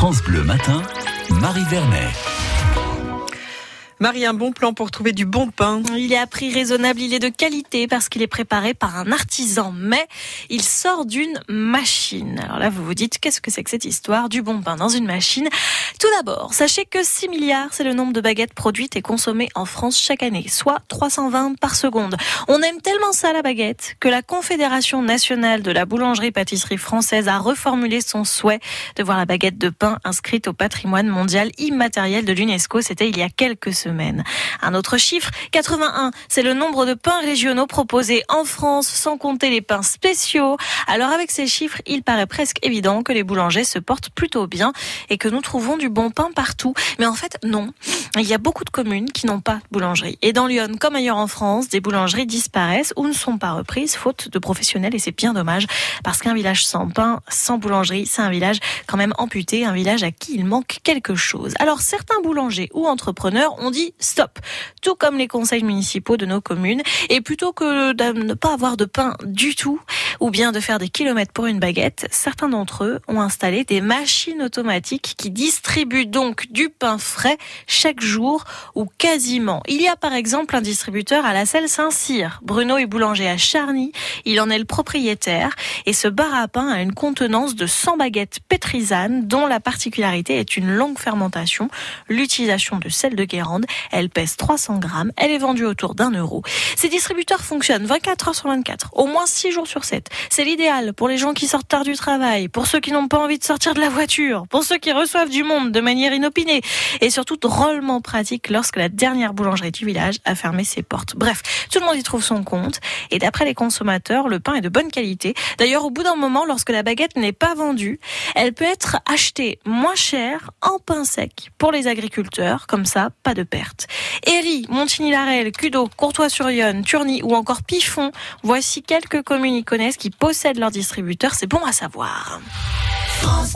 France Bleu Matin, Marie Vernet. Marie, un bon plan pour trouver du bon pain. Il est à prix raisonnable, il est de qualité parce qu'il est préparé par un artisan, mais il sort d'une machine. Alors là, vous vous dites, qu'est-ce que c'est que cette histoire du bon pain dans une machine? Tout d'abord, sachez que 6 milliards, c'est le nombre de baguettes produites et consommées en France chaque année, soit 320 par seconde. On aime tellement ça, la baguette, que la Confédération nationale de la boulangerie-pâtisserie française a reformulé son souhait de voir la baguette de pain inscrite au patrimoine mondial immatériel de l'UNESCO. C'était il y a quelques semaines. Un autre chiffre, 81, c'est le nombre de pains régionaux proposés en France, sans compter les pains spéciaux. Alors avec ces chiffres, il paraît presque évident que les boulangers se portent plutôt bien et que nous trouvons du bon pain partout. Mais en fait, non. Il y a beaucoup de communes qui n'ont pas de boulangerie. Et dans Lyon, comme ailleurs en France, des boulangeries disparaissent ou ne sont pas reprises, faute de professionnels. Et c'est bien dommage, parce qu'un village sans pain, sans boulangerie, c'est un village quand même amputé, un village à qui il manque quelque chose. Alors certains boulangers ou entrepreneurs ont dit stop, tout comme les conseils municipaux de nos communes. Et plutôt que de ne pas avoir de pain du tout, ou bien de faire des kilomètres pour une baguette, certains d'entre eux ont installé des machines automatiques qui distribuent donc du pain frais chaque jour ou quasiment. Il y a par exemple un distributeur à la Selle Saint-Cyr. Bruno est boulanger à Charny, il en est le propriétaire et ce bar à pain a une contenance de 100 baguettes pétrisanes dont la particularité est une longue fermentation, l'utilisation de sel de Guérande. Elle pèse 300 grammes, elle est vendue autour d'€1. Ces distributeurs fonctionnent 24 heures sur 24, au moins 6 jours sur 7. C'est l'idéal pour les gens qui sortent tard du travail, pour ceux qui n'ont pas envie de sortir de la voiture, pour ceux qui reçoivent du monde de manière inopinée et surtout drôlement pratique lorsque la dernière boulangerie du village a fermé ses portes. Bref, tout le monde y trouve son compte et d'après les consommateurs, le pain est de bonne qualité. D'ailleurs, au bout d'un moment, lorsque la baguette n'est pas vendue, elle peut être achetée moins cher en pain sec pour les agriculteurs, comme ça, pas de perte. Héry, Montigny-Larelle, Cudeau, Courtois-sur-Yonne, Turny ou encore Piffon, voici quelques communes iconaises qui possèdent leurs distributeurs, c'est bon à savoir.